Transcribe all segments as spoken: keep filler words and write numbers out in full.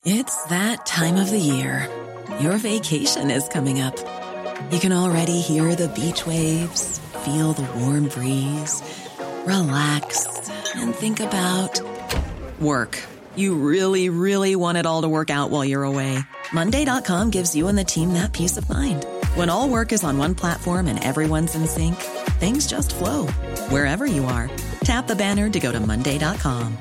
It's that time of the year. Your vacation is coming up. You can already hear the beach waves, feel the warm breeze, relax, and think about work. You really, really want it all to work out while you're away. Monday dot com gives you and the team that peace of mind. When all work is on one platform and everyone's in sync, things just flow. Wherever you are, tap the banner to go to Monday dot com.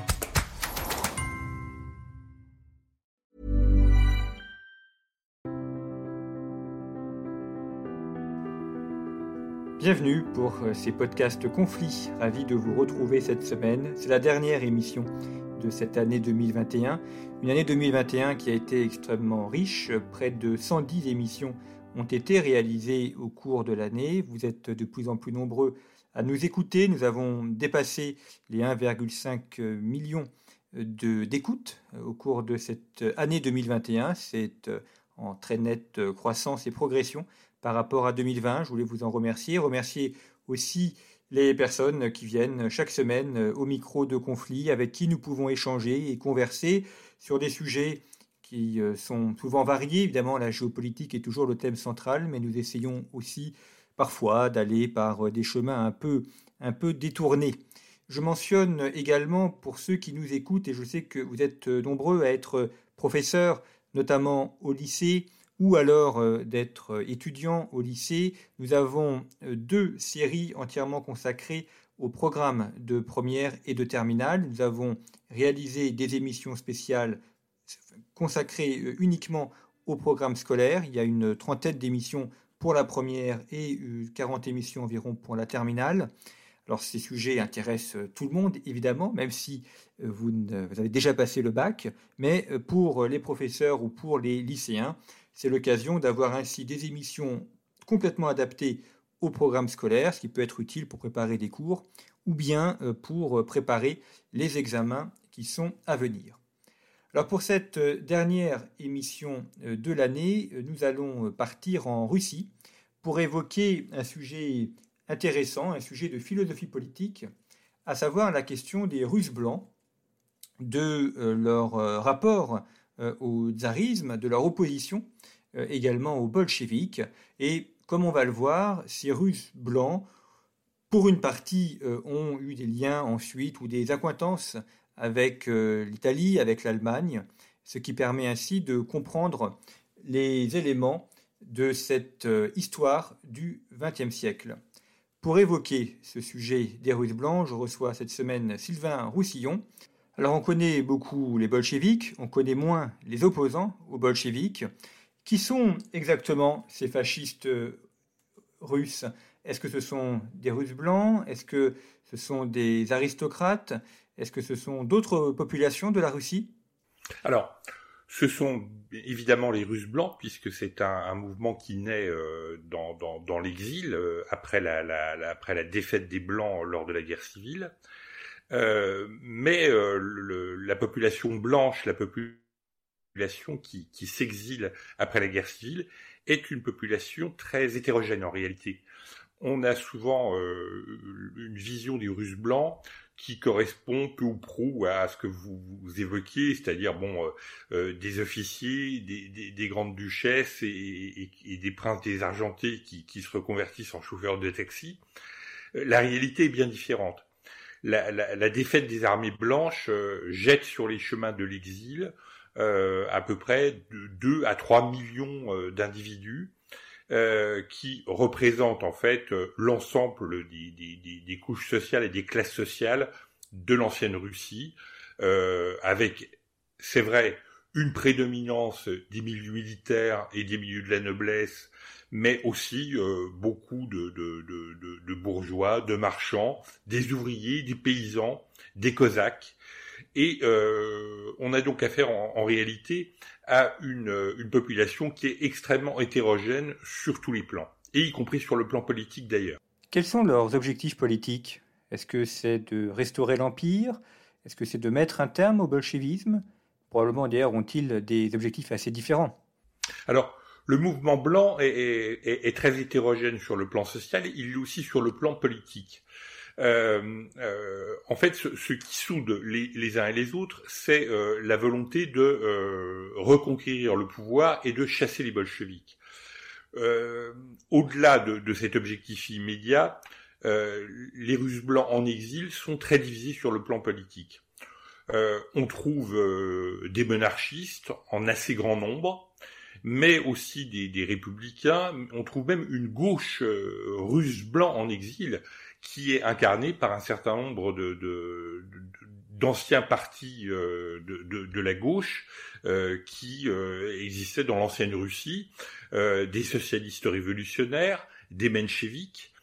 Bienvenue pour ces podcasts Conflits. Ravi de vous retrouver cette semaine. C'est la dernière émission de cette année deux mille vingt et un. Une année deux mille vingt et un qui a été extrêmement riche. Près de cent dix émissions ont été réalisées au cours de l'année. Vous êtes de plus en plus nombreux à nous écouter. Nous avons dépassé les un virgule cinq million de, d'écoutes au cours de cette année deux mille vingt et un. C'est en très nette croissance et progression par rapport à deux mille vingt. Je voulais vous en remercier. Remercier aussi les personnes qui viennent chaque semaine au micro de Conflits, avec qui nous pouvons échanger et converser sur des sujets qui sont souvent variés. Évidemment, la géopolitique est toujours le thème central, mais nous essayons aussi parfois d'aller par des chemins un peu, un peu détournés. Je mentionne également pour ceux qui nous écoutent, et je sais que vous êtes nombreux à être professeurs, notamment au lycée, ou alors euh, d'être étudiant au lycée, nous avons euh, deux séries entièrement consacrées au programme de première et de terminale. Nous avons réalisé des émissions spéciales consacrées euh, uniquement au programme scolaire. Il y a une trentaine d'émissions pour la première et euh, quarante émissions environ pour la terminale. Alors ces sujets intéressent tout le monde, évidemment, même si euh, vous, ne, vous avez déjà passé le bac, mais euh, pour les professeurs ou pour les lycéens, c'est l'occasion d'avoir ainsi des émissions complètement adaptées au programme scolaire, ce qui peut être utile pour préparer des cours ou bien pour préparer les examens qui sont à venir. Alors pour cette dernière émission de l'année, nous allons partir en Russie pour évoquer un sujet intéressant, un sujet de philosophie politique, à savoir la question des Russes blancs, de leur rapport au tsarisme, de leur opposition euh, également aux bolcheviks. Et comme on va le voir, ces Russes blancs, pour une partie, euh, ont eu des liens ensuite ou des accointances avec euh, l'Italie, avec l'Allemagne, ce qui permet ainsi de comprendre les éléments de cette euh, histoire du vingtième siècle. Pour évoquer ce sujet des Russes blancs, je reçois cette semaine Sylvain Roussillon. Alors on connaît beaucoup les bolcheviks, on connaît moins les opposants aux bolcheviks. Qui sont exactement ces fascistes russes ? Est-ce que ce sont des Russes blancs ? Est-ce que ce sont des aristocrates ? Est-ce que ce sont d'autres populations de la Russie ? Alors, ce sont évidemment les Russes blancs, puisque c'est un, un mouvement qui naît euh, dans, dans, dans l'exil, euh, après, la, la, la, après la défaite des Blancs lors de la guerre civile. Euh, mais euh, le, la population blanche, la population qui, qui s'exile après la guerre civile, est une population très hétérogène en réalité. On a souvent euh, une vision des Russes blancs qui correspond peu ou prou à ce que vous, vous évoquiez, c'est-à-dire bon, euh, euh, des officiers, des, des, des grandes duchesses et, et, et des princes désargentés qui, qui se reconvertissent en chauffeurs de taxi. La réalité est bien différente. La, la, la défaite des armées blanches euh, jette sur les chemins de l'exil euh, à peu près de deux à trois millions euh, d'individus euh, qui représentent en fait euh, l'ensemble des, des, des, des couches sociales et des classes sociales de l'ancienne Russie, euh, avec, c'est vrai, une prédominance des milieux militaires et des milieux de la noblesse, mais aussi euh, beaucoup de, de, de, de, de bourgeois, de marchands, des ouvriers, des paysans, des cosaques. Et euh, on a donc affaire en, en réalité à une, une population qui est extrêmement hétérogène sur tous les plans, et y compris sur le plan politique d'ailleurs. Quels sont leurs objectifs politiques ? Est-ce que c'est de restaurer l'Empire ? Est-ce que c'est de mettre un terme au bolchevisme ? Probablement d'ailleurs ont-ils des objectifs assez différents. Alors, le mouvement blanc est, est, est, est très hétérogène sur le plan social, il l'est aussi sur le plan politique. Euh, euh, en fait, ce, ce qui soude les, les uns et les autres, c'est euh, la volonté de euh, reconquérir le pouvoir et de chasser les bolcheviks. Euh, au-delà de, de cet objectif immédiat, euh, les Russes blancs en exil sont très divisés sur le plan politique. Euh, on trouve euh, des monarchistes en assez grand nombre, mais aussi des, des républicains. On trouve même une gauche euh, russe blanc en exil qui est incarnée par un certain nombre de, de, de, d'anciens partis euh, de, de, de la gauche euh, qui euh, existaient dans l'ancienne Russie, euh, des socialistes révolutionnaires, des mencheviks,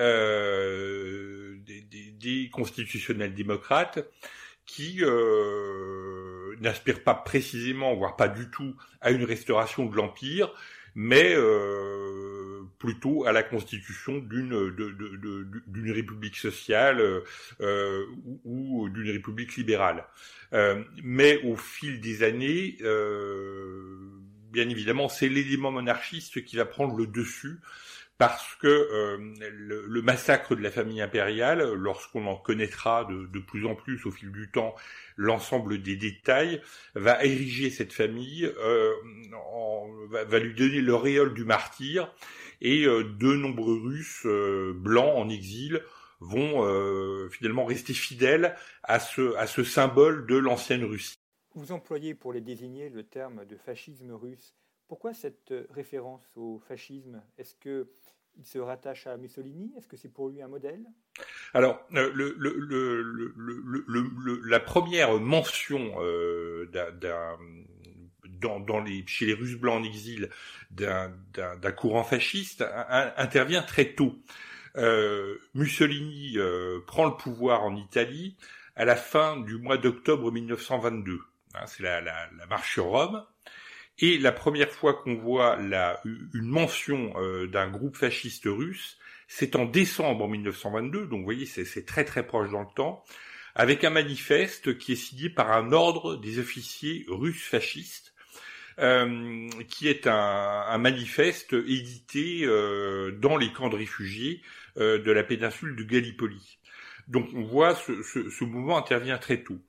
euh, des, des, des constitutionnels démocrates, qui euh, n'aspirent pas précisément, voire pas du tout, à une restauration de l'Empire, mais euh, plutôt à la constitution d'une, de, de, de, d'une république sociale euh, ou, ou d'une république libérale. Euh, mais au fil des années, euh, bien évidemment, c'est l'élément monarchiste qui va prendre le dessus, parce que euh, le, le massacre de la famille impériale, lorsqu'on en connaîtra de, de plus en plus au fil du temps l'ensemble des détails, va ériger cette famille, euh, en, va, va lui donner l'auréole du martyr, et euh, de nombreux Russes euh, blancs en exil vont euh, finalement rester fidèles à ce, à ce symbole de l'ancienne Russie. Vous employez pour les désigner le terme de fascisme russe. Pourquoi cette référence au fascisme ? Est-ce que il se rattache à Mussolini ? Est-ce que c'est pour lui un modèle ? Alors, euh, le, le, le, le, le, le, le, la première mention euh, d'un, d'un, dans, dans les, chez les Russes blancs en exil d'un, d'un, d'un courant fasciste un, un, intervient très tôt. Euh, Mussolini euh, prend le pouvoir en Italie à la fin du mois d'octobre mille neuf cent vingt-deux. Hein, c'est la, la, la marche sur Rome. Et la première fois qu'on voit la, une mention euh, d'un groupe fasciste russe, c'est en décembre mille neuf cent vingt-deux, donc vous voyez, c'est, c'est très très proche dans le temps, avec un manifeste qui est signé par un ordre des officiers russes fascistes, euh, qui est un, un manifeste édité euh, dans les camps de réfugiés euh, de la péninsule de Gallipoli. Donc on voit ce, ce, ce mouvement intervient très tôt.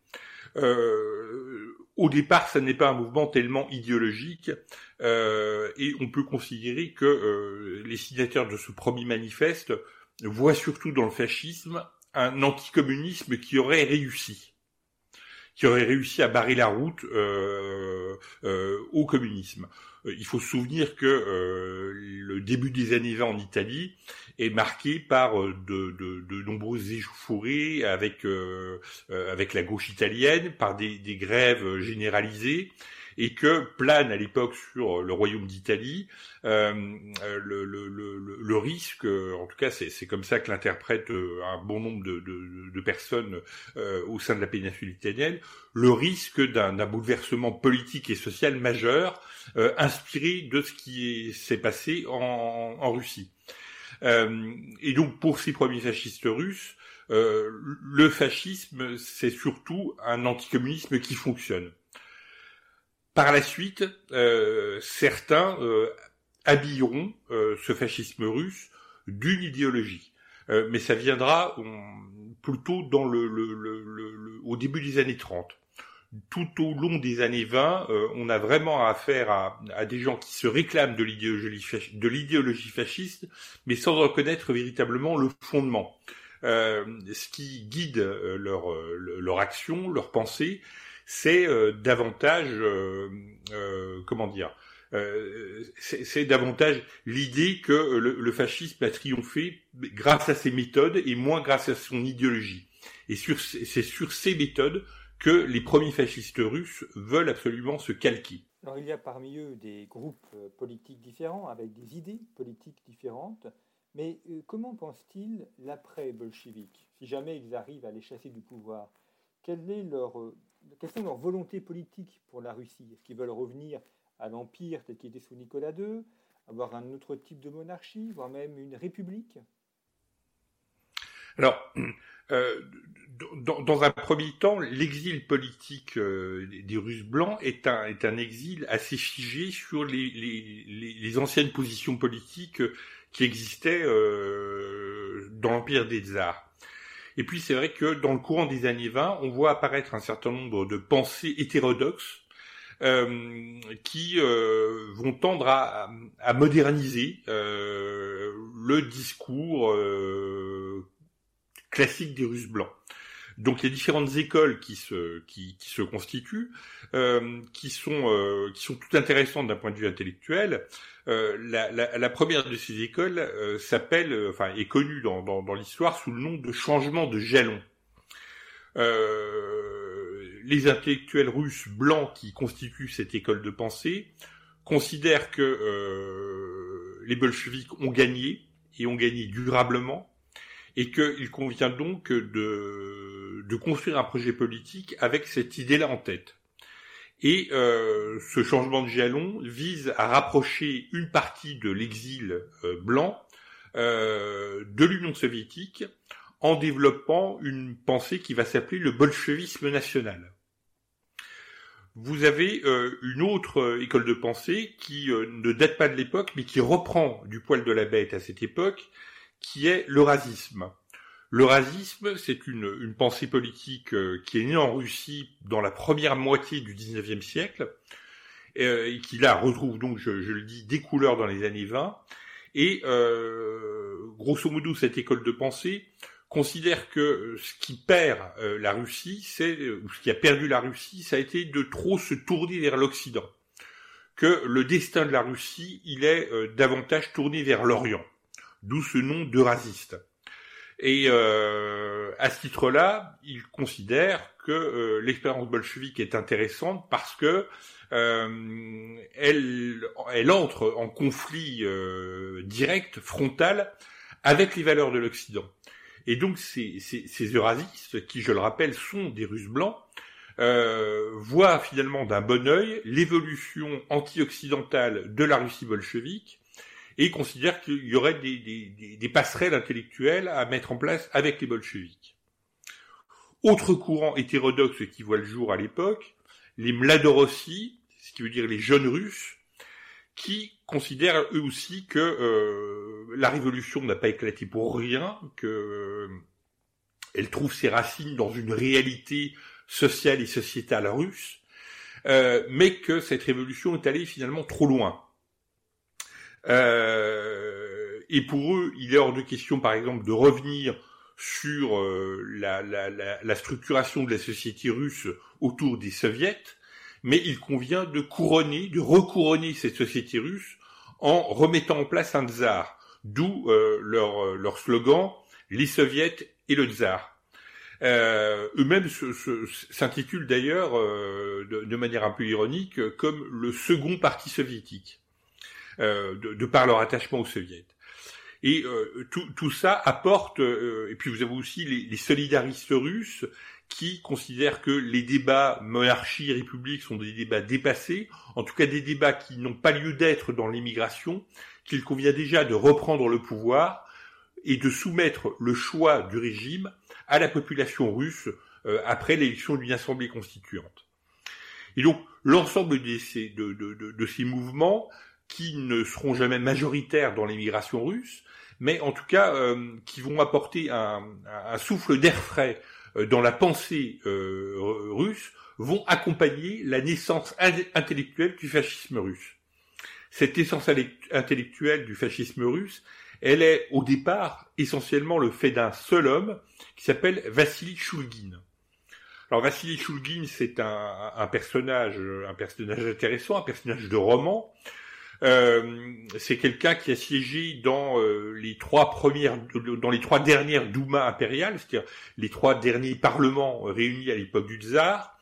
Euh, au départ, ça n'est pas un mouvement tellement idéologique, euh, et on peut considérer que euh, les signataires de ce premier manifeste voient surtout dans le fascisme un anticommunisme qui aurait réussi, qui aurait réussi à barrer la route euh, euh, au communisme. Il faut se souvenir que euh, le début des années vingt en Italie est marqué par euh, de, de, de nombreuses échauffourées avec euh, euh, avec la gauche italienne, par des, des grèves généralisées, et que plane à l'époque sur le royaume d'Italie euh, le, le, le, le risque, en tout cas c'est, c'est comme ça que l'interprète un bon nombre de, de, de personnes euh, au sein de la péninsule italienne, le risque d'un, d'un bouleversement politique et social majeur euh, inspiré de ce qui est, s'est passé en, en Russie. Euh, et donc pour ces premiers fascistes russes, euh, le fascisme c'est surtout un anticommunisme qui fonctionne. Par la suite, euh, certains euh, habilleront euh, ce fascisme russe d'une idéologie, euh, mais ça viendra on, plutôt dans le, le, le, le, le, au début des années trente. Tout au long des années vingt, euh, on a vraiment affaire à, à des gens qui se réclament de l'idéologie, de l'idéologie fasciste, mais sans reconnaître véritablement le fondement. Euh, ce qui guide euh, leur, euh, leur action, leur pensée, c'est euh, davantage, euh, euh, comment dire, euh, c'est, c'est davantage l'idée que le, le fascisme a triomphé grâce à ses méthodes et moins grâce à son idéologie. Et sur, c'est sur ces méthodes que les premiers fascistes russes veulent absolument se calquer. Alors il y a parmi eux des groupes politiques différents, avec des idées politiques différentes, mais euh, comment pensent-ils l'après-bolchevique, si jamais ils arrivent à les chasser du pouvoir ? Quelle est leur, euh, quelles sont leurs volontés politiques pour la Russie ? Est-ce qu'ils veulent revenir à l'Empire tel qu'il était sous Nicolas deux, avoir un autre type de monarchie, voire même une république ? Alors, euh, dans, dans un premier temps, l'exil politique euh, des Russes blancs est un, est un exil assez figé sur les, les, les, les anciennes positions politiques qui existaient euh, dans l'Empire des Tsars. Et puis c'est vrai que dans le courant des années vingt, on voit apparaître un certain nombre de pensées hétérodoxes euh, qui euh, vont tendre à, à moderniser euh, le discours euh, classique des Russes blancs. Donc il y a différentes écoles qui se qui, qui se constituent, euh, qui sont euh, qui sont toutes intéressantes d'un point de vue intellectuel. Euh, la, la, la première de ces écoles euh, s'appelle, euh, enfin est connue dans, dans, dans l'histoire sous le nom de changement de jalon. Euh, les intellectuels russes blancs qui constituent cette école de pensée considèrent que euh, les bolcheviks ont gagné et ont gagné durablement, et qu'il convient donc de, de construire un projet politique avec cette idée-là en tête. Et euh, ce changement de jalon vise à rapprocher une partie de l'exil euh, blanc euh, de l'Union soviétique en développant une pensée qui va s'appeler le bolchevisme national. Vous avez euh, une autre euh, école de pensée qui euh, ne date pas de l'époque, mais qui reprend du poil de la bête à cette époque, qui est l'eurasisme. L'eurasisme, c'est une, une pensée politique euh, qui est née en Russie dans la première moitié du dix-neuvième siècle, euh, et qui là retrouve donc, je, je le dis, des couleurs dans les années vingt. Et euh, grosso modo, cette école de pensée considère que ce qui perd euh, la Russie, c'est ou ce qui a perdu la Russie, ça a été de trop se tourner vers l'Occident. Que le destin de la Russie, il est euh, davantage tourné vers l'Orient. D'où ce nom d'eurasiste. Et euh, à ce titre-là, il considère que euh, l'expérience bolchevique est intéressante parce que euh, elle, elle entre en conflit euh, direct, frontal, avec les valeurs de l'Occident. Et donc ces, ces, ces eurasistes, qui je le rappelle sont des Russes blancs, euh, voient finalement d'un bon œil l'évolution anti-occidentale de la Russie bolchevique, et considère qu'il y aurait des, des, des passerelles intellectuelles à mettre en place avec les bolcheviks. Autre courant hétérodoxe qui voit le jour à l'époque, les Mladorossi, ce qui veut dire les jeunes Russes, qui considèrent eux aussi que euh, la révolution n'a pas éclaté pour rien, que euh, elle trouve ses racines dans une réalité sociale et sociétale russe, euh, mais que cette révolution est allée finalement trop loin. Euh, et pour eux, il est hors de question, par exemple, de revenir sur euh, la, la, la, la structuration de la société russe autour des soviets, mais il convient de couronner, de recouronner cette société russe en remettant en place un tsar, d'où euh, leur, leur slogan « les soviets et le tsar ». Euh, eux-mêmes se, se, s'intitulent d'ailleurs, euh, de, de manière un peu ironique, comme le second parti soviétique. Euh, de, de par leur attachement aux soviets. Et euh, tout, tout ça apporte, euh, et puis vous avez aussi les, les solidaristes russes qui considèrent que les débats monarchie et république sont des débats dépassés, en tout cas des débats qui n'ont pas lieu d'être dans l'immigration, qu'il convient déjà de reprendre le pouvoir et de soumettre le choix du régime à la population russe euh, après l'élection d'une assemblée constituante. Et donc l'ensemble de ces, de, de, de, de ces mouvements qui ne seront jamais majoritaires dans l'émigration russe, mais en tout cas euh, qui vont apporter un, un souffle d'air frais euh, dans la pensée euh, russe, vont accompagner la naissance intellectuelle du fascisme russe. Cette naissance intellectuelle du fascisme russe, elle est au départ essentiellement le fait d'un seul homme qui s'appelle Vassili Choulgine. Alors Vassili Choulgine, c'est un, un personnage, un personnage intéressant, un personnage de roman. Euh, c'est quelqu'un qui a siégé dans euh, les trois premières, dans les trois dernières Doumas impériales, c'est-à-dire les trois derniers parlements réunis à l'époque du tsar.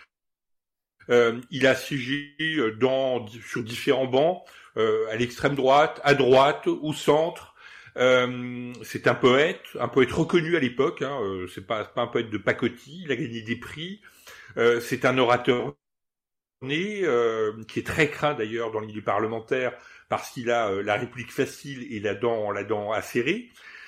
Euh, il a siégé dans, sur différents bancs, euh, à l'extrême droite, à droite, au centre. Euh, c'est un poète, un poète reconnu à l'époque. Hein, euh, c'est pas, pas un poète de pacotille. Il a gagné des prix. Euh, c'est un orateur. Euh, qui est très craint d'ailleurs dans le milieu parlementaire parce qu'il a euh, la réplique facile et la dent, la dent acérée.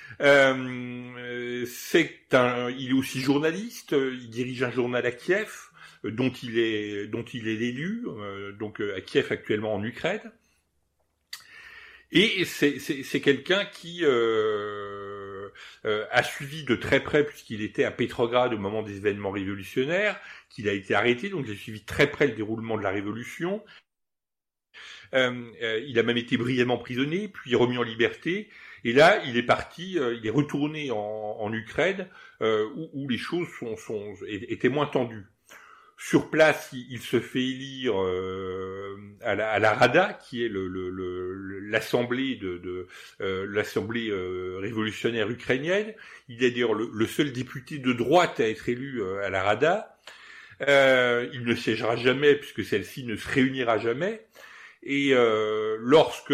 Euh, c'est un, il est aussi journaliste. Il dirige un journal à Kiev, euh, dont il est, dont il est l'élu, euh, donc euh, à Kiev actuellement en Ukraine. Et c'est, c'est, c'est quelqu'un qui, euh, euh, a suivi de très près, puisqu'il était à Pétrograd au moment des événements révolutionnaires, qu'il a été arrêté, donc il a suivi très près le déroulement de la révolution. Euh, euh, il a même été brièvement prisonnier, puis remis en liberté. Et là, il est parti, euh, il est retourné en, en Ukraine, euh, où, où les choses sont, sont, étaient moins tendues. Sur place, il, il se fait élire euh, à, la, à la Rada, qui est le, le, le, l'assemblée de, de euh, l'assemblée euh, révolutionnaire ukrainienne. Il est d'ailleurs le, le seul député de droite à être élu euh, à la Rada. Euh, il ne siégera jamais, puisque celle-ci ne se réunira jamais. Et euh, lorsque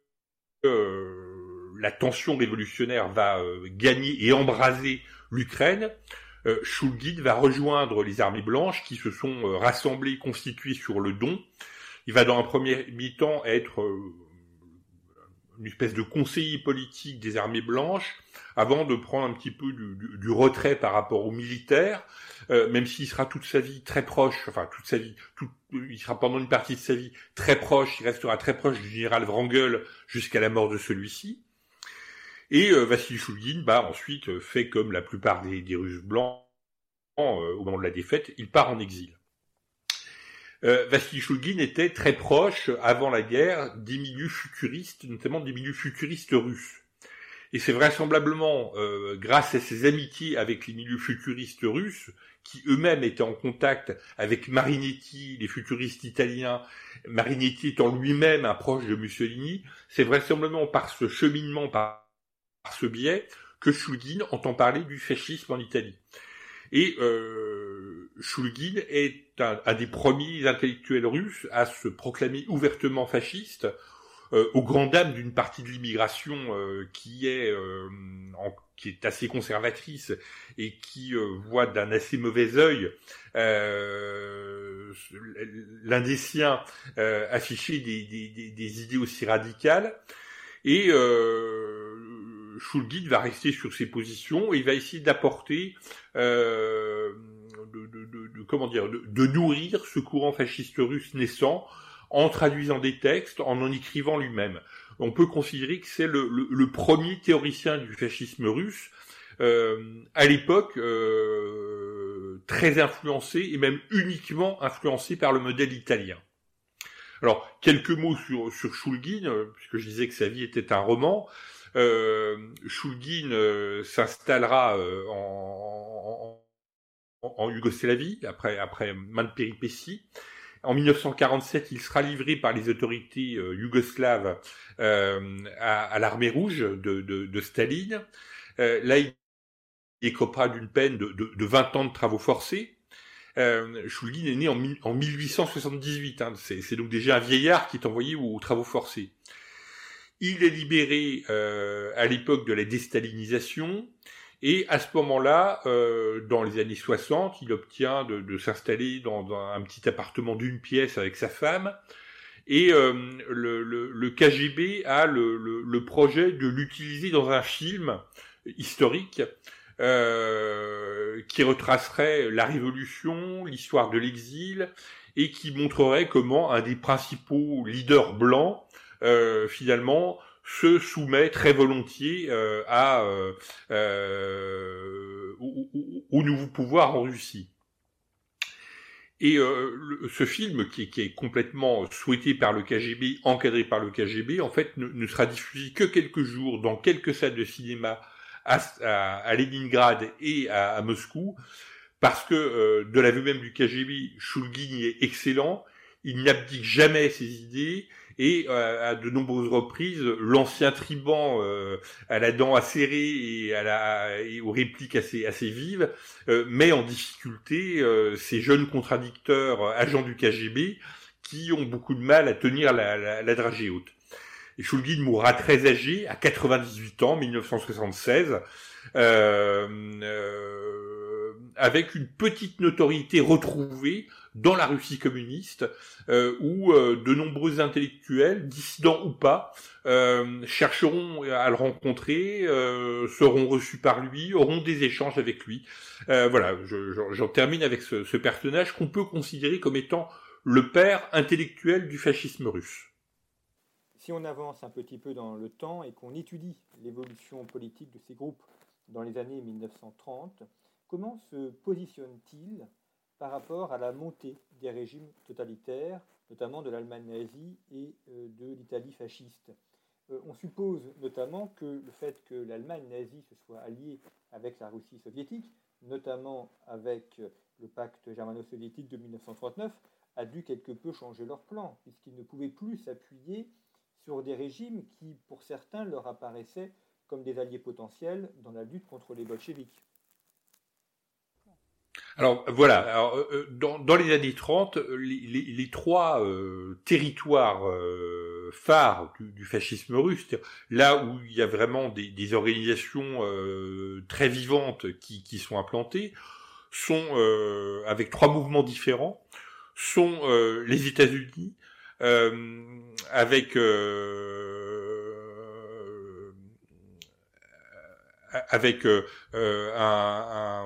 euh, la tension révolutionnaire va euh, gagner et embraser l'Ukraine, euh, Choulguine va rejoindre les armées blanches qui se sont euh, rassemblées, constituées sur le Don. Il va dans un premier mi-temps être euh, une espèce de conseiller politique des armées blanches, avant de prendre un petit peu du, du, du retrait par rapport aux militaires, euh, même s'il sera toute sa vie très proche, enfin toute sa vie, tout, il sera pendant une partie de sa vie très proche, il restera très proche du général Wrangel jusqu'à la mort de celui-ci. Et euh, Vassili Choulguine, bah ensuite euh, fait comme la plupart des, des Russes blancs euh, au moment de la défaite, il part en exil. Euh, Vassili Choulguine était très proche, avant la guerre, des milieux futuristes, notamment des milieux futuristes russes. Et c'est vraisemblablement euh, grâce à ses amitiés avec les milieux futuristes russes, qui eux-mêmes étaient en contact avec Marinetti, les futuristes italiens, Marinetti étant lui-même un proche de Mussolini, c'est vraisemblablement par ce cheminement, par, par ce biais, que Choulguine entend parler du fascisme en Italie. Et euh, Choulguine est un, un des premiers intellectuels russes à se proclamer ouvertement fasciste, euh, aux grandes dames d'une partie de l'immigration euh, qui est euh, en, qui est assez conservatrice et qui euh, voit d'un assez mauvais œil euh, l'un des siens euh, afficher des, des, des, des idées aussi radicales. Et euh, Choulguine va rester sur ses positions et il va essayer d'apporter, euh, de, de, de, de comment dire, de, de nourrir ce courant fasciste russe naissant en traduisant des textes, en en écrivant lui-même. On peut considérer que c'est le, le, le premier théoricien du fascisme russe, euh, à l'époque euh, très influencé et même uniquement influencé par le modèle italien. Alors, quelques mots sur, sur Choulguine, puisque je disais que sa vie était un roman. Euh, Choulguine euh, s'installera euh, en, en, en Yougoslavie, après, après maintes péripéties. En dix-neuf cent quarante-sept, il sera livré par les autorités euh, yougoslaves euh, à, à l'armée rouge de, de, de Staline. Euh, là, il écopera d'une peine de, de, de vingt ans de travaux forcés. Euh, Choulguine est né en, en mille huit cent soixante-dix-huit, hein, c'est, c'est donc déjà un vieillard qui est envoyé aux, aux travaux forcés. Il est libéré euh, à l'époque de la déstalinisation, et à ce moment-là, euh, dans les années soixante, il obtient de, de s'installer dans, dans un petit appartement d'une pièce avec sa femme, et euh, le, le, le K G B a le, le, le projet de l'utiliser dans un film historique, Euh, qui retracerait la Révolution, l'histoire de l'exil, et qui montrerait comment un des principaux leaders blancs, euh, finalement, se soumet très volontiers euh, à, euh, euh, au, au, au nouveau pouvoir en Russie. Et euh, le, ce film, qui, qui est complètement souhaité par le K G B, encadré par le K G B, en fait, ne, ne sera diffusé que quelques jours dans quelques salles de cinéma À, à, à Leningrad et à, à Moscou, parce que euh, de la vue même du K G B, Choulguine est excellent, il n'abdique jamais ses idées, et euh, à de nombreuses reprises, l'ancien tribun euh, à la dent acérée et, à la, et aux répliques assez, assez vives euh, met en difficulté euh, ces jeunes contradicteurs agents du K G B qui ont beaucoup de mal à tenir la, la, la dragée haute. Et Choulguine mourra très âgé, à quatre-vingt-dix-huit ans, mille neuf cent soixante-seize, euh, euh, avec une petite notoriété retrouvée dans la Russie communiste, euh, où euh, de nombreux intellectuels, dissidents ou pas, euh, chercheront à le rencontrer, euh, seront reçus par lui, auront des échanges avec lui. Euh, voilà, je, je, j'en termine avec ce, ce personnage qu'on peut considérer comme étant le père intellectuel du fascisme russe. Si on avance un petit peu dans le temps et qu'on étudie l'évolution politique de ces groupes dans les années mille neuf cent trente, comment se positionne-t-il par rapport à la montée des régimes totalitaires, notamment de l'Allemagne nazie et euh, de l'Italie fasciste? euh, On suppose notamment que le fait que l'Allemagne nazie se soit alliée avec la Russie soviétique, notamment avec le pacte germano-soviétique de mille neuf cent trente-neuf, a dû quelque peu changer leur plan, puisqu'ils ne pouvaient plus s'appuyer sur des régimes qui, pour certains, leur apparaissaient comme des alliés potentiels dans la lutte contre les bolcheviks. Alors voilà, alors, euh, dans, dans les années trente, les, les, les trois euh, territoires euh, phares du, du fascisme russe, là où il y a vraiment des, des organisations euh, très vivantes qui, qui sont implantées, sont euh, avec trois mouvements différents, sont euh, les États-Unis, euh, avec euh, avec euh, un, un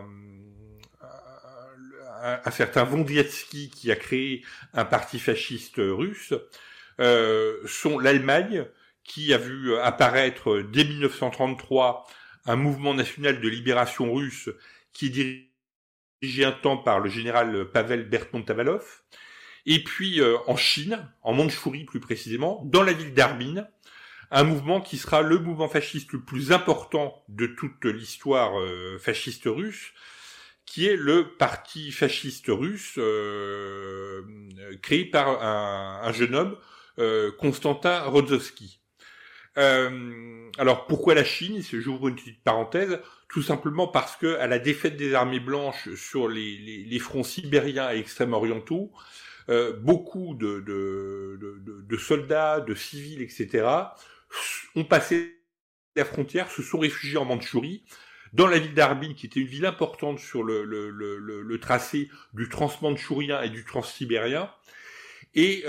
Un, un certain Vondiatsky qui a créé un parti fasciste russe, euh, sont l'Allemagne qui a vu apparaître dès mille neuf cent trente-trois un mouvement national de libération russe qui est dirigé un temps par le général Pavel Bertmontavalov, et puis euh, en Chine, en Mandchourie plus précisément, dans la ville d'Harbin, un mouvement qui sera le mouvement fasciste le plus important de toute l'histoire euh, fasciste russe, qui est le parti fasciste russe euh, créé par un, un jeune homme, euh, Konstantin Rodzowski. Euh, alors pourquoi la Chine? J'ouvre une petite parenthèse, tout simplement parce que à la défaite des armées blanches sur les, les, les fronts sibériens et extrême-orientaux, euh, beaucoup de, de, de, de soldats, de civils, et cetera ont passé la frontière, se sont réfugiés en Mandchourie, dans la ville d'Harbin, qui était une ville importante sur le, le, le, le, le tracé du transmandchourien et du transsibérien. Et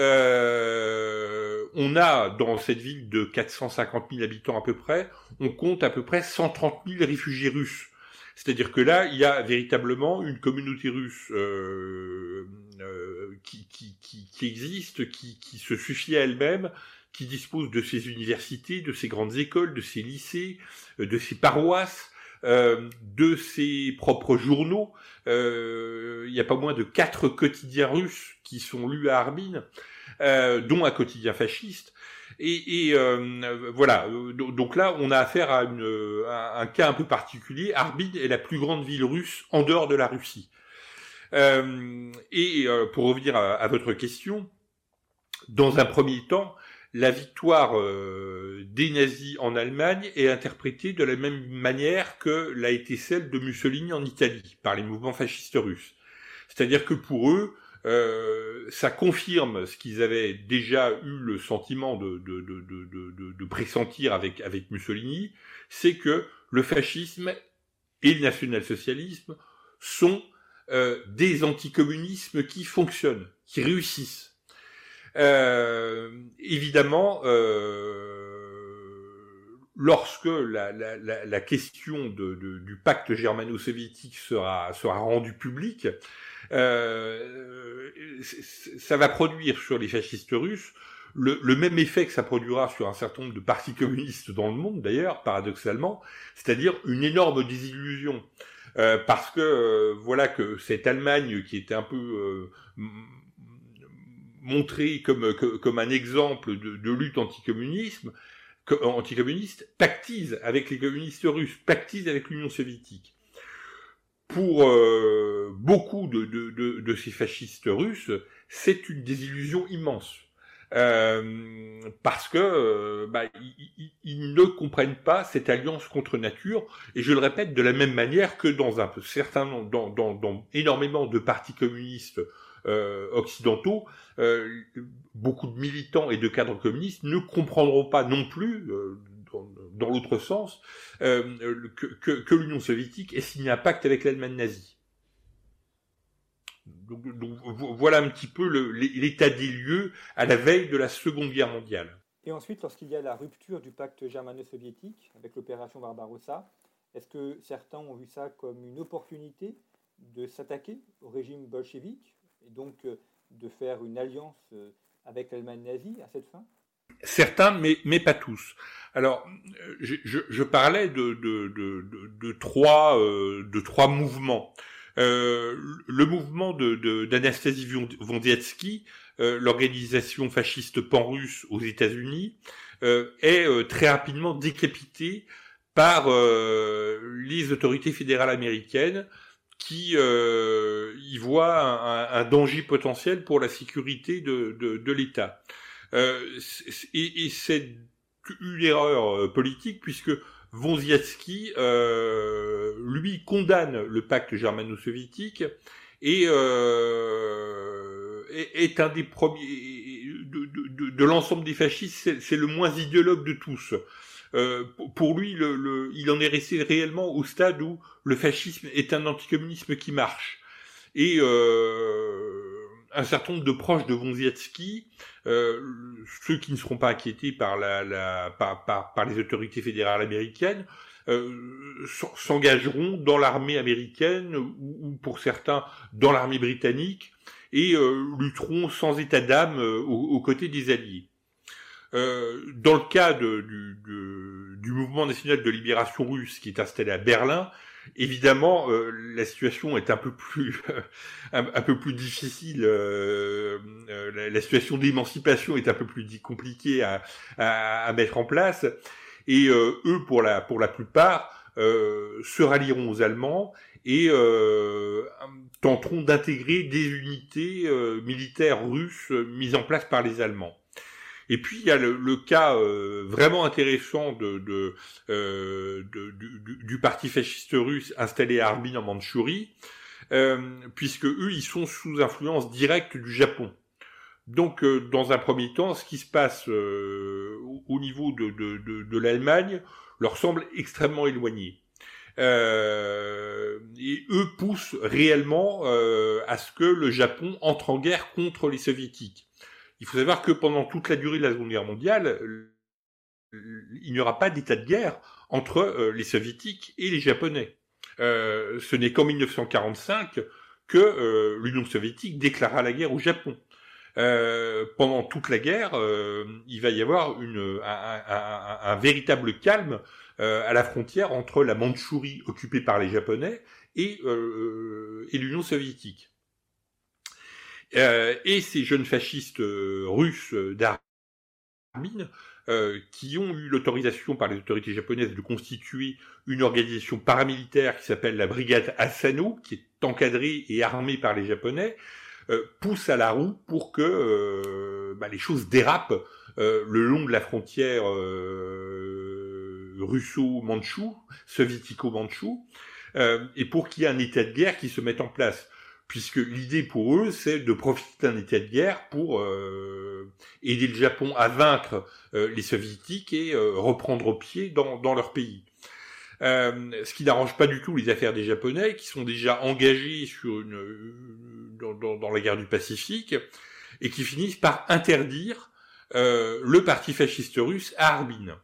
euh, on a, dans cette ville de quatre cent cinquante mille habitants à peu près, on compte à peu près cent trente mille réfugiés russes. C'est-à-dire que là, il y a véritablement une communauté russe euh, euh, qui, qui, qui, qui existe, qui, qui se suffit à elle-même, qui dispose de ses universités, de ses grandes écoles, de ses lycées, de ses paroisses, Euh, de ses propres journaux. Euh, il y a pas moins de quatre quotidiens russes qui sont lus à Harbin, euh, dont un quotidien fasciste. Et, et euh, voilà. Donc là, on a affaire à, une, à un cas un peu particulier. Harbin est la plus grande ville russe en dehors de la Russie. Euh, et euh, pour revenir à, à votre question, dans un premier temps, la victoire euh, des nazis en Allemagne est interprétée de la même manière que l'a été celle de Mussolini en Italie, par les mouvements fascistes russes. C'est-à-dire que pour eux, euh, ça confirme ce qu'ils avaient déjà eu le sentiment de, de, de, de, de, de pressentir avec, avec Mussolini, c'est que le fascisme et le national-socialisme sont euh, des anticommunismes qui fonctionnent, qui réussissent. Euh, évidemment, euh, lorsque la, la, la, la question de, de, du pacte germano-soviétique sera, sera rendue publique, euh, ça va produire sur les fascistes russes le, le même effet que ça produira sur un certain nombre de partis communistes dans le monde, d'ailleurs, paradoxalement, c'est-à-dire une énorme désillusion. Euh, parce que euh, voilà que cette Allemagne qui était un peu euh, montré comme, comme un exemple de, de lutte anticommunisme, anticommuniste, pactise avec les communistes russes, pactise avec l'Union soviétique. Pour euh, beaucoup de, de, de, de ces fascistes russes, c'est une désillusion immense. Euh, parce que euh, bah, ils, ils ne comprennent pas cette alliance contre nature, et je le répète, de la même manière que dans un certain nombre, dans, dans, dans énormément de partis communistes euh, occidentaux, euh, beaucoup de militants et de cadres communistes ne comprendront pas non plus, euh, dans, dans l'autre sens, euh, que, que, que l'Union soviétique ait signé un pacte avec l'Allemagne nazie. Donc, donc voilà un petit peu le, l'état des lieux à la veille de la Seconde Guerre mondiale. Et ensuite, lorsqu'il y a la rupture du pacte germano-soviétique avec l'opération Barbarossa, est-ce que certains ont vu ça comme une opportunité de s'attaquer au régime bolchevique et donc de faire une alliance avec l'Allemagne nazie à cette fin? Certains, mais, mais pas tous. Alors, je, je, je parlais de, de, de, de, de trois, euh, de trois mouvements. Euh, le mouvement de, de, d'Anastasie Wondiecki, euh, l'organisation fasciste pan-russe aux États-Unis, euh, est euh, très rapidement décapité par euh, les autorités fédérales américaines qui euh, y voient un, un danger potentiel pour la sécurité de, de, de l'État. Euh, et, et c'est une erreur politique puisque Wondiecki, euh, lui, condamne le pacte germano-soviétique et euh, est, est un des premiers de, de, de, de l'ensemble des fascistes, c'est, c'est le moins idéologue de tous. Euh, pour lui, le, le, il en est resté réellement au stade où le fascisme est un anticommunisme qui marche. Et euh, un certain nombre de proches de Wondiecki, euh, ceux qui ne seront pas inquiétés par, la, la, par, par, par les autorités fédérales américaines, euh, s'engageront dans l'armée américaine ou, ou pour certains dans l'armée britannique et euh, lutteront sans état d'âme euh, aux, aux côtés des Alliés. Euh, dans le cas de, du, de, du mouvement national de libération russe qui est installé à Berlin, évidemment, euh, la situation est un peu plus, un, un peu plus difficile. Euh, euh, la, la situation d'émancipation est un peu plus compliquée à, à, à mettre en place. Et euh, eux, pour la, pour la plupart, euh, se rallieront aux Allemands et euh, tenteront d'intégrer des unités euh, militaires russes mises en place par les Allemands. Et puis il y a le, le cas euh, vraiment intéressant de, de, euh, de du, du parti fasciste russe installé à Harbin en Mandchourie, euh, puisque eux ils sont sous influence directe du Japon. Donc euh, dans un premier temps, ce qui se passe euh, au, au niveau de, de, de, de l'Allemagne leur semble extrêmement éloigné. Euh, et eux poussent réellement euh, à ce que le Japon entre en guerre contre les Soviétiques. Il faut savoir que pendant toute la durée de la Seconde Guerre mondiale, il n'y aura pas d'état de guerre entre euh, les Soviétiques et les Japonais. Euh, ce n'est qu'en dix-neuf cent quarante-cinq que euh, l'Union soviétique déclara la guerre au Japon. Euh, pendant toute la guerre, euh, il va y avoir une, un, un, un, un véritable calme euh, à la frontière entre la Mandchourie occupée par les Japonais et, euh, et l'Union soviétique. Euh, et ces jeunes fascistes euh, russes d'Harbin, euh, qui ont eu l'autorisation par les autorités japonaises de constituer une organisation paramilitaire qui s'appelle la brigade Asano, qui est encadrée et armée par les Japonais, euh, poussent à la roue pour que euh, bah, les choses dérapent euh, le long de la frontière euh, russo-mandchoue, soviético-mandchoue, euh, et pour qu'il y ait un état de guerre qui se mette en place. Puisque l'idée pour eux, c'est de profiter d'un état de guerre pour euh, aider le Japon à vaincre euh, les Soviétiques et euh, reprendre pied dans, dans leur pays. Euh, ce qui n'arrange pas du tout les affaires des Japonais, qui sont déjà engagés sur une, dans, dans, dans la guerre du Pacifique, et qui finissent par interdire euh, le parti fasciste russe à Harbin.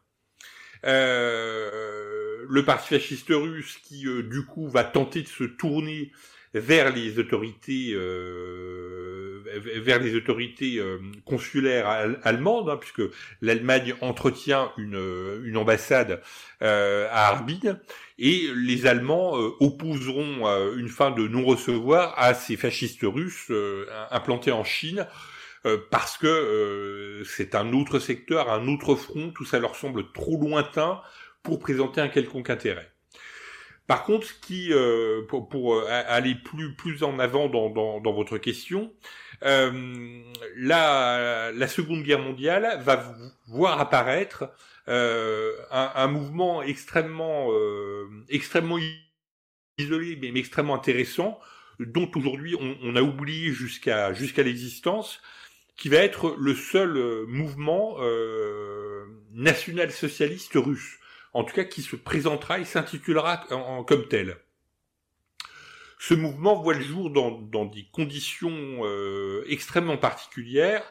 Euh, le parti fasciste russe qui, euh, du coup, va tenter de se tourner vers les autorités euh, vers les autorités euh, consulaires al- allemandes, hein, puisque l'Allemagne entretient une, une ambassade euh, à Harbin, et les Allemands euh, opposeront euh, une fin de non-recevoir à ces fascistes russes euh, implantés en Chine, euh, parce que euh, c'est un autre secteur, un autre front, tout ça leur semble trop lointain pour présenter un quelconque intérêt. Par contre, ce qui, euh, pour, pour aller plus plus en avant dans, dans, dans votre question, euh, la, la Seconde Guerre mondiale va voir apparaître euh, un, un mouvement extrêmement euh, extrêmement isolé, mais, mais extrêmement intéressant, dont aujourd'hui on, on a oublié jusqu'à jusqu'à l'existence, qui va être le seul mouvement euh, national-socialiste russe. En tout cas qui se présentera et s'intitulera en, en, comme tel. Ce mouvement voit le jour dans, dans des conditions euh, extrêmement particulières.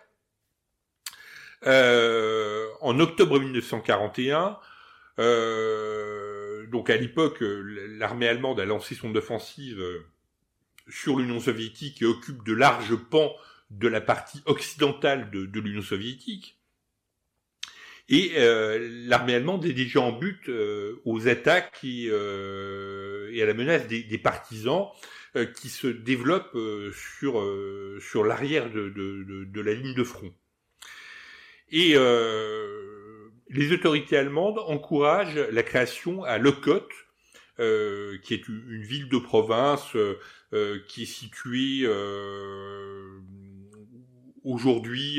Euh, en octobre dix-neuf cent quarante et un, euh, donc à l'époque, l'armée allemande a lancé son offensive sur l'Union soviétique et occupe de larges pans de la partie occidentale de, de l'Union soviétique. Et euh, l'armée allemande est déjà en but euh, aux attaques et, euh, et à la menace des, des partisans euh, qui se développent euh, sur euh, sur l'arrière de, de, de, de la ligne de front. Et euh, les autorités allemandes encouragent la création à Lokot, euh, qui est une, une ville de province euh, euh, qui est située euh, aujourd'hui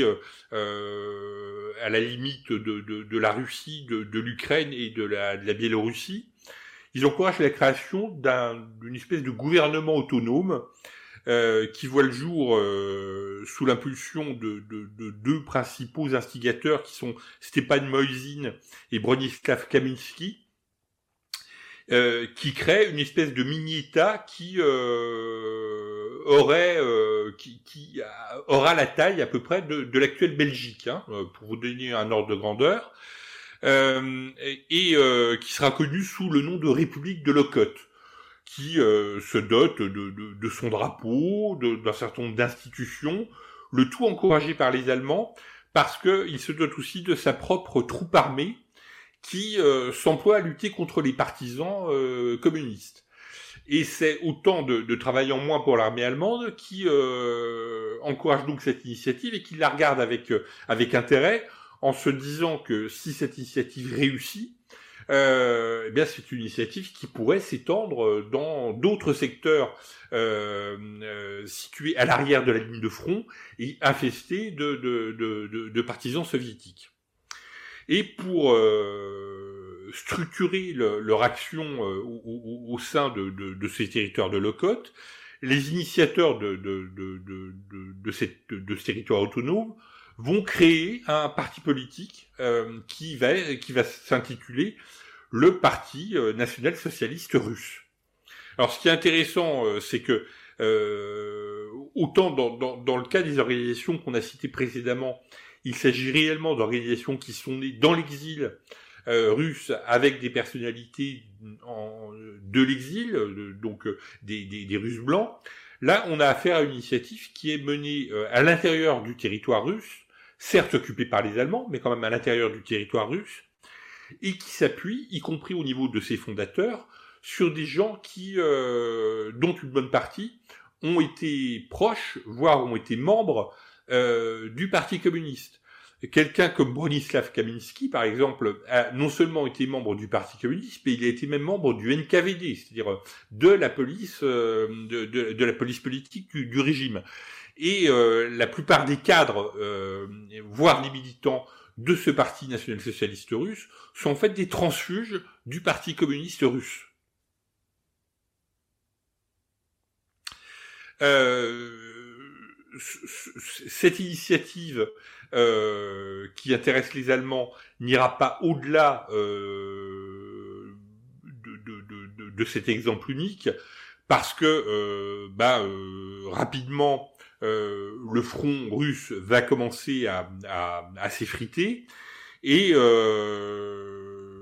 euh, à la limite de, de, de la Russie, de, de l'Ukraine et de la, de la Biélorussie. Ils encouragent la création d'un, d'une espèce de gouvernement autonome euh, qui voit le jour euh, sous l'impulsion de, de, de deux principaux instigateurs qui sont Stepan Moïsine et Bronislav Kaminski, euh, qui créent une espèce de mini-État qui euh, aurait euh, qui, qui aura la taille à peu près de, de l'actuelle Belgique, hein, pour vous donner un ordre de grandeur, euh, et, et euh, qui sera connu sous le nom de République de Lokot, qui euh, se dote de, de, de son drapeau, de, d'un certain nombre d'institutions, le tout encouragé par les Allemands, parce qu'il se dote aussi de sa propre troupe armée, qui euh, s'emploie à lutter contre les partisans euh, communistes. Et c'est autant de, de travail en moins pour l'armée allemande qui euh, encourage donc cette initiative et qui la regarde avec euh, avec intérêt, en se disant que si cette initiative réussit, euh, eh bien c'est une initiative qui pourrait s'étendre dans d'autres secteurs euh, euh, situés à l'arrière de la ligne de front et infestés de, de, de, de, de partisans soviétiques. Et pour euh, structurer le, leur action euh, au, au, au sein de, de, de ces territoires de Lokot, les initiateurs de, de, de, de, de, de, cette, de ce territoire autonome vont créer un parti politique euh, qui va, qui va s'intituler le Parti euh, national-socialiste russe. Alors ce qui est intéressant, euh, c'est que euh, autant dans, dans, dans le cas des organisations qu'on a citées précédemment, il s'agit réellement d'organisations qui sont nées dans l'exil euh, russe avec des personnalités en, de l'exil, de, donc euh, des, des, des Russes blancs. Là, on a affaire à une initiative qui est menée euh, à l'intérieur du territoire russe, certes occupé par les Allemands, mais quand même à l'intérieur du territoire russe, et qui s'appuie, y compris au niveau de ses fondateurs, sur des gens qui, euh, dont une bonne partie, ont été proches, voire ont été membres Euh, du Parti communiste. Quelqu'un comme Bronislav Kaminski, par exemple, a non seulement été membre du Parti communiste, mais il a été même membre du N K V D, c'est-à-dire de la police, euh, de, de, de la police politique du, du régime. Et euh, la plupart des cadres, euh, voire les militants de ce Parti national-socialiste russe, sont en fait des transfuges du Parti communiste russe. Euh, cette initiative euh, qui intéresse les Allemands n'ira pas au-delà euh, de, de, de, de cet exemple unique, parce que euh, bah, euh, rapidement euh, le front russe va commencer à, à, à s'effriter, et euh,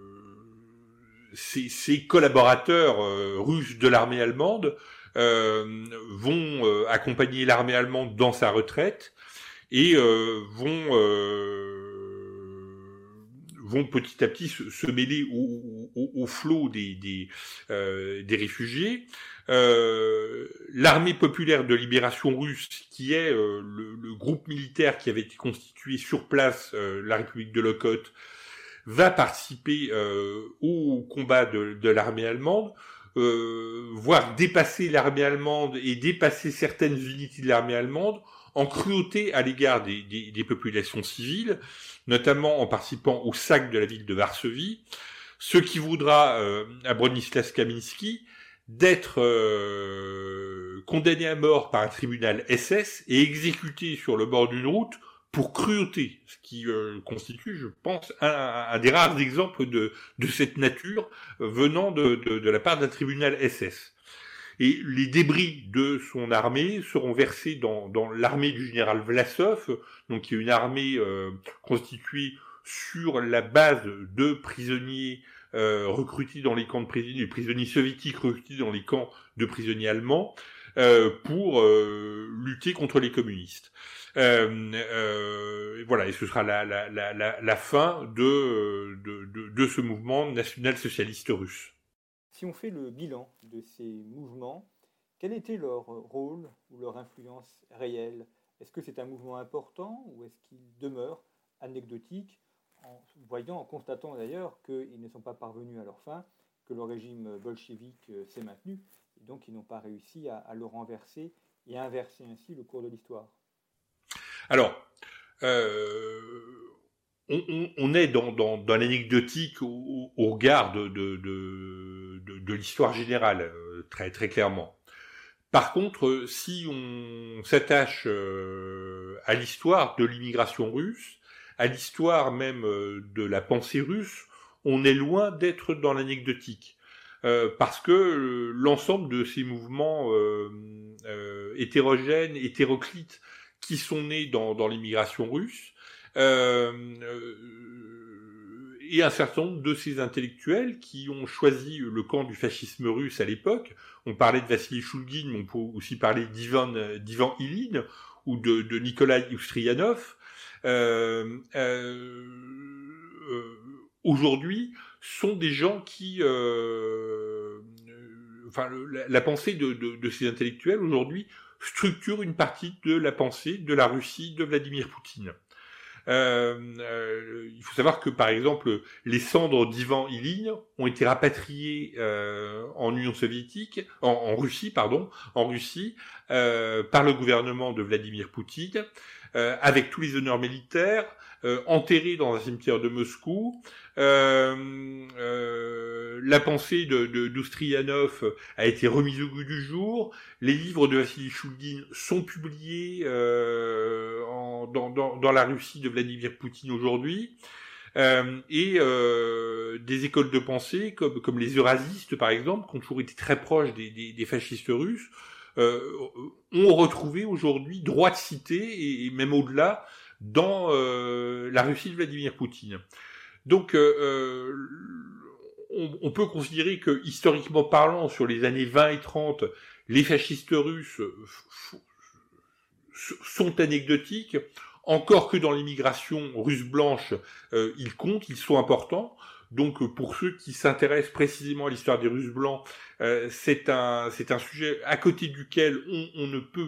ses, ses collaborateurs euh, russes de l'armée allemande Euh, vont euh, accompagner l'armée allemande dans sa retraite et euh, vont euh, vont petit à petit se, se mêler au, au, au flot des des, euh, des réfugiés. Euh, l'armée populaire de libération russe, qui est euh, le, le groupe militaire qui avait été constitué sur place, euh, la République de Lokot, va participer euh, au combat de, de l'armée allemande. Euh, voire dépasser l'armée allemande et dépasser certaines unités de l'armée allemande en cruauté à l'égard des, des, des populations civiles, notamment en participant au sac de la ville de Varsovie, ce qui voudra euh, à Bronislav Kaminski d'être euh, condamné à mort par un tribunal S S et exécuté sur le bord d'une route pour cruauté, ce qui euh, constitue, je pense, un, un des rares exemples de, de cette nature venant de, de, de la part d'un tribunal S S. Et les débris de son armée seront versés dans, dans l'armée du général Vlasov, donc qui est une armée euh, constituée sur la base de prisonniers euh, recrutés dans les camps de prisonniers, des prisonniers soviétiques recrutés dans les camps de prisonniers allemands, euh, pour euh, lutter contre les communistes. Euh, euh, voilà, et ce sera la, la, la, la, la fin de, de, de, de ce mouvement national-socialiste russe. Si on fait le bilan de ces mouvements, quel était leur rôle ou leur influence réelle ? Est-ce que c'est un mouvement important ou est-ce qu'il demeure anecdotique, en voyant, en constatant d'ailleurs qu'ils ne sont pas parvenus à leur fin, que le régime bolchevique s'est maintenu, et donc ils n'ont pas réussi à, à le renverser et à inverser ainsi le cours de l'histoire ? Alors, euh, on, on, on est dans, dans, dans l'anecdotique au, au regard de, de, de, de, de l'histoire générale, euh, très, très clairement. Par contre, si on s'attache euh, à l'histoire de l'immigration russe, à l'histoire même euh, de la pensée russe, on est loin d'être dans l'anecdotique. Euh, parce que euh, l'ensemble de ces mouvements euh, euh, hétérogènes, hétéroclites, qui sont nés dans, dans l'immigration russe, euh, euh, et un certain nombre de ces intellectuels qui ont choisi le camp du fascisme russe à l'époque. On parlait de Vassili Choulgine, mais on peut aussi parler d'Ivan, d'Ivan Ilyin ou de, de Nikolai Ustrianov. Euh, euh, euh, aujourd'hui, sont des gens qui... Euh, euh, enfin, la, la pensée de, de, de ces intellectuels aujourd'hui structure une partie de la pensée de la Russie de Vladimir Poutine. Euh, euh, il faut savoir que, par exemple, les cendres d'Ivan Ilyin ont été rapatriées euh, en Union soviétique, en, en Russie, pardon, en Russie, euh, par le gouvernement de Vladimir Poutine, euh, avec tous les honneurs militaires, euh, enterrés dans un cimetière de Moscou. Euh, euh, la pensée de, de d'Ustrianov a été remise au goût du jour. Les livres de Vassili Choulgine sont publiés euh, en, dans, dans, dans la Russie de Vladimir Poutine aujourd'hui. Euh, et euh, des écoles de pensée comme, comme les eurasistes, par exemple, qui ont toujours été très proches des, des, des fascistes russes, euh, ont retrouvé aujourd'hui droit de cité, et, et même au-delà, dans euh, la Russie de Vladimir Poutine. Donc, euh, on, on peut considérer que, historiquement parlant, sur les années vingt et trente, les fascistes russes f- f- sont anecdotiques, encore que dans l'immigration russe blanche, euh, ils comptent, ils sont importants. Donc, pour ceux qui s'intéressent précisément à l'histoire des Russes blancs, euh, c'est un c'est un sujet à côté duquel on, on ne peut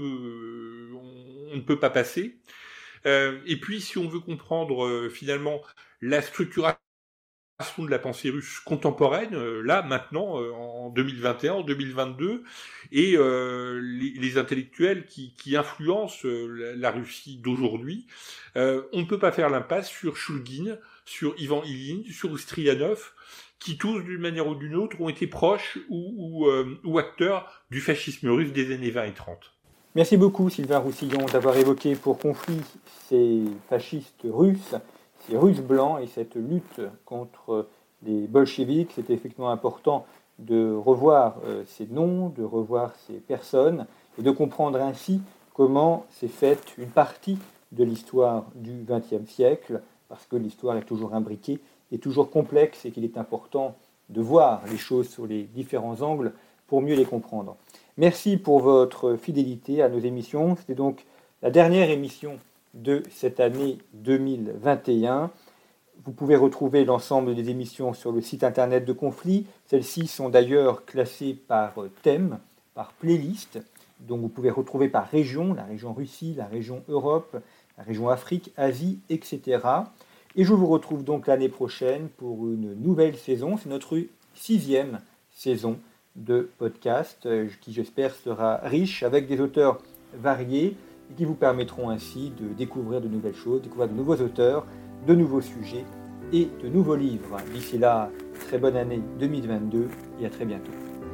on, on ne peut pas passer. Euh, et puis, si on veut comprendre euh, finalement la structuration de la pensée russe contemporaine, euh, là, maintenant, euh, en deux mille vingt et un, en deux mille vingt-deux, et euh, les, les intellectuels qui, qui influencent euh, la, la Russie d'aujourd'hui, euh, on ne peut pas faire l'impasse sur Choulgine, sur Ivan Ilyin, sur Ustrianov, qui tous, d'une manière ou d'une autre, ont été proches ou, ou, euh, ou acteurs du fascisme russe des années vingt et trente. Merci beaucoup Sylvain Roussillon d'avoir évoqué pour conflit ces fascistes russes, ces Russes blancs et cette lutte contre les bolcheviks. C'était effectivement important de revoir euh, ces noms, de revoir ces personnes et de comprendre ainsi comment s'est faite une partie de l'histoire du vingtième siècle, parce que l'histoire est toujours imbriquée et toujours complexe et qu'il est important de voir les choses sous les différents angles pour mieux les comprendre. Merci pour votre fidélité à nos émissions. C'était donc la dernière émission de cette année deux mille vingt et un. Vous pouvez retrouver l'ensemble des émissions sur le site internet de Conflit. Celles-ci sont d'ailleurs classées par thème, par playlist. Donc vous pouvez retrouver par région, la région Russie, la région Europe, la région Afrique, Asie, et cetera. Et je vous retrouve donc l'année prochaine pour une nouvelle saison. C'est notre sixième saison de podcast qui, j'espère, sera riche avec des auteurs variés et qui vous permettront ainsi de découvrir de nouvelles choses, découvrir de nouveaux auteurs, de nouveaux sujets et de nouveaux livres. D'ici là, très bonne année deux mille vingt-deux et à très bientôt.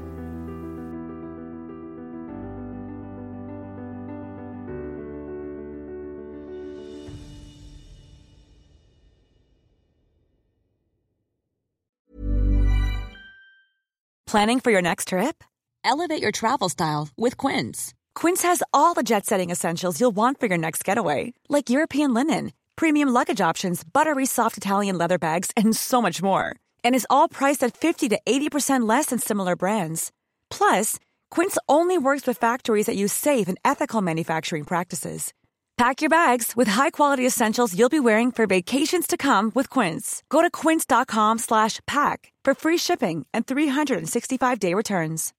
Planning for your next trip? Elevate your travel style with Quince. Quince has all the jet-setting essentials you'll want for your next getaway, like European linen, premium luggage options, buttery soft Italian leather bags, and so much more. And is all priced at fifty to eighty percent less than similar brands. Plus, Quince only works with factories that use safe and ethical manufacturing practices. Pack your bags with high-quality essentials you'll be wearing for vacations to come with Quince. Go to quince.com slash pack for free shipping and three sixty-five day returns.